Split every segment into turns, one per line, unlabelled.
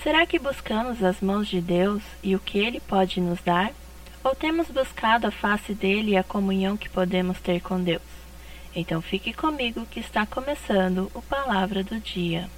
Será que buscamos as mãos de Deus e o que Ele pode nos dar? Ou temos buscado a face dele e a comunhão que podemos ter com Deus? Então fique comigo que está começando o Palavra do Dia.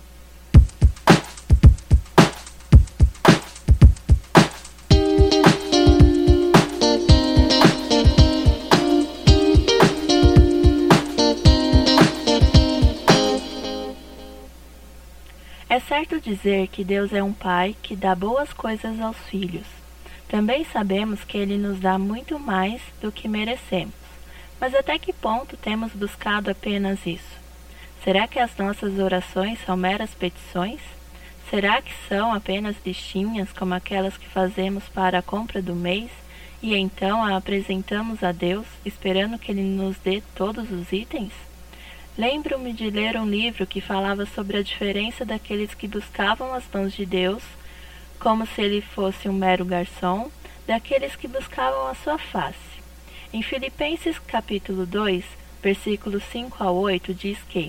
É certo dizer que Deus é um Pai que dá boas coisas aos filhos. Também sabemos que Ele nos dá muito mais do que merecemos. Mas até que ponto temos buscado apenas isso? Será que as nossas orações são meras petições? Será que são apenas listinhas como aquelas que fazemos para a compra do mês e então a apresentamos a Deus, esperando que Ele nos dê todos os itens? Lembro-me de ler um livro que falava sobre a diferença daqueles que buscavam as mãos de Deus, como se ele fosse um mero garçom, daqueles que buscavam a sua face. Em Filipenses capítulo 2, versículos 5 a 8, diz que,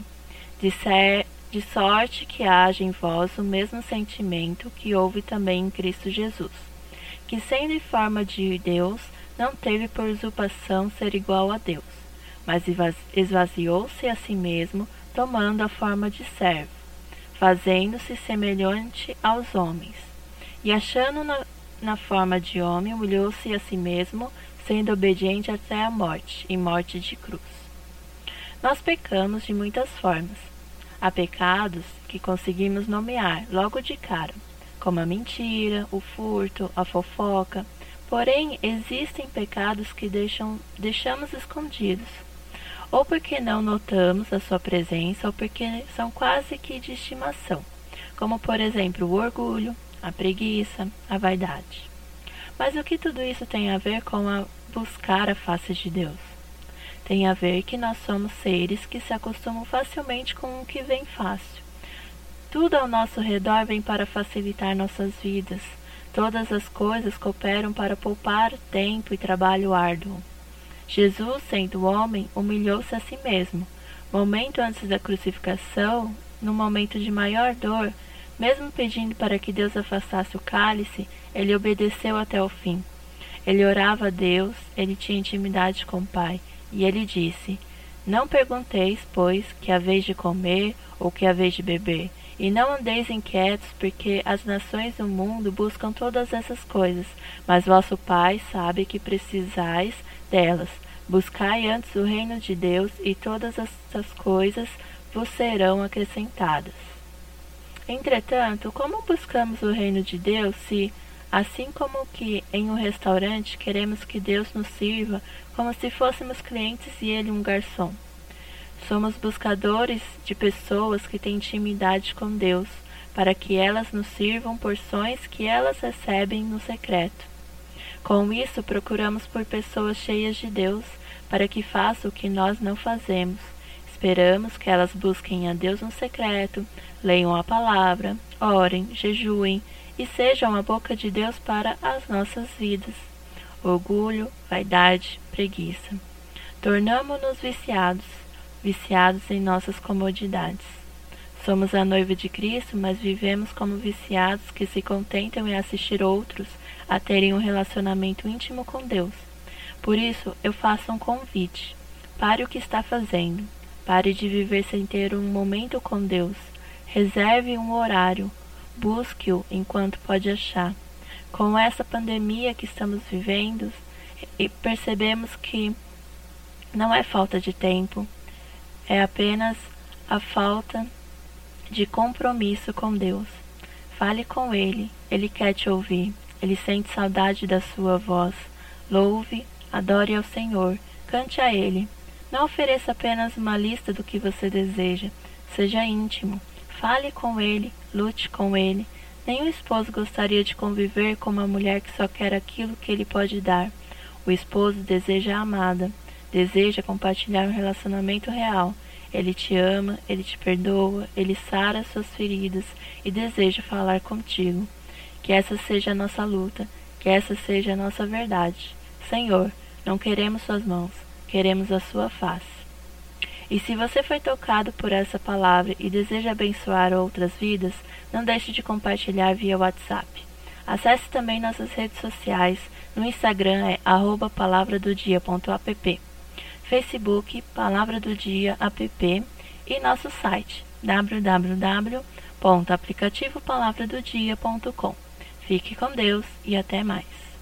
de sorte que haja em vós o mesmo sentimento que houve também em Cristo Jesus, que sendo em forma de Deus, não teve por usurpação ser igual a Deus, mas esvaziou-se a si mesmo, tomando a forma de servo, fazendo-se semelhante aos homens. E achando na forma de homem, humilhou-se a si mesmo, sendo obediente até a morte, e morte de cruz. Nós pecamos de muitas formas. Há pecados que conseguimos nomear logo de cara, como a mentira, o furto, a fofoca. Porém, existem pecados que deixamos escondidos, ou porque não notamos a sua presença, ou porque são quase que de estimação, como por exemplo o orgulho, a preguiça, a vaidade. Mas o que tudo isso tem a ver com buscar a face de Deus? Tem a ver que nós somos seres que se acostumam facilmente com o que vem fácil. Tudo ao nosso redor vem para facilitar nossas vidas. Todas as coisas cooperam para poupar tempo e trabalho árduo. Jesus, sendo homem, humilhou-se a si mesmo. Momento antes da crucificação, no momento de maior dor, mesmo pedindo para que Deus afastasse o cálice, ele obedeceu até o fim. Ele orava a Deus, ele tinha intimidade com o Pai, e ele disse: Não pergunteis, pois, que haveis de comer ou que haveis de beber, e não andeis inquietos, porque as nações do mundo buscam todas essas coisas, mas vosso Pai sabe que precisais delas. Buscai antes o reino de Deus, e todas essas coisas vos serão acrescentadas. Entretanto, como buscamos o reino de Deus se, assim como que em um restaurante, queremos que Deus nos sirva como se fôssemos clientes e Ele um garçom? Somos buscadores de pessoas que têm intimidade com Deus, para que elas nos sirvam porções que elas recebem no secreto. Com isso, procuramos por pessoas cheias de Deus, para que façam o que nós não fazemos. Esperamos que elas busquem a Deus no secreto, leiam a palavra, orem, jejuem e sejam a boca de Deus para as nossas vidas. Orgulho, vaidade, preguiça. Tornamo-nos viciados em nossas comodidades. Somos a noiva de Cristo, mas vivemos como viciados que se contentam em assistir outros a terem um relacionamento íntimo com Deus. Por isso, eu faço um convite. Pare o que está fazendo. Pare de viver sem ter um momento com Deus. Reserve um horário. Busque-o enquanto pode achar. Com essa pandemia que estamos vivendo, percebemos que não é falta de tempo, é apenas a falta de compromisso com Deus. Fale com Ele, Ele quer te ouvir, Ele sente saudade da sua voz. Louve, adore ao Senhor, cante a Ele. Não ofereça apenas uma lista do que você deseja, seja íntimo. Fale com Ele, lute com Ele. Nenhum esposo gostaria de conviver com uma mulher que só quer aquilo que ele pode dar. O esposo deseja a amada, deseja compartilhar um relacionamento real. Ele te ama, ele te perdoa, ele sara suas feridas e deseja falar contigo. Que essa seja a nossa luta, que essa seja a nossa verdade. Senhor, não queremos suas mãos, queremos a sua face. E se você foi tocado por essa palavra e deseja abençoar outras vidas, não deixe de compartilhar via WhatsApp. Acesse também nossas redes sociais. No Instagram é @palavradodia.app, Facebook Palavra do Dia app e nosso site www.aplicativopalavradodia.com. Fique com Deus e até mais.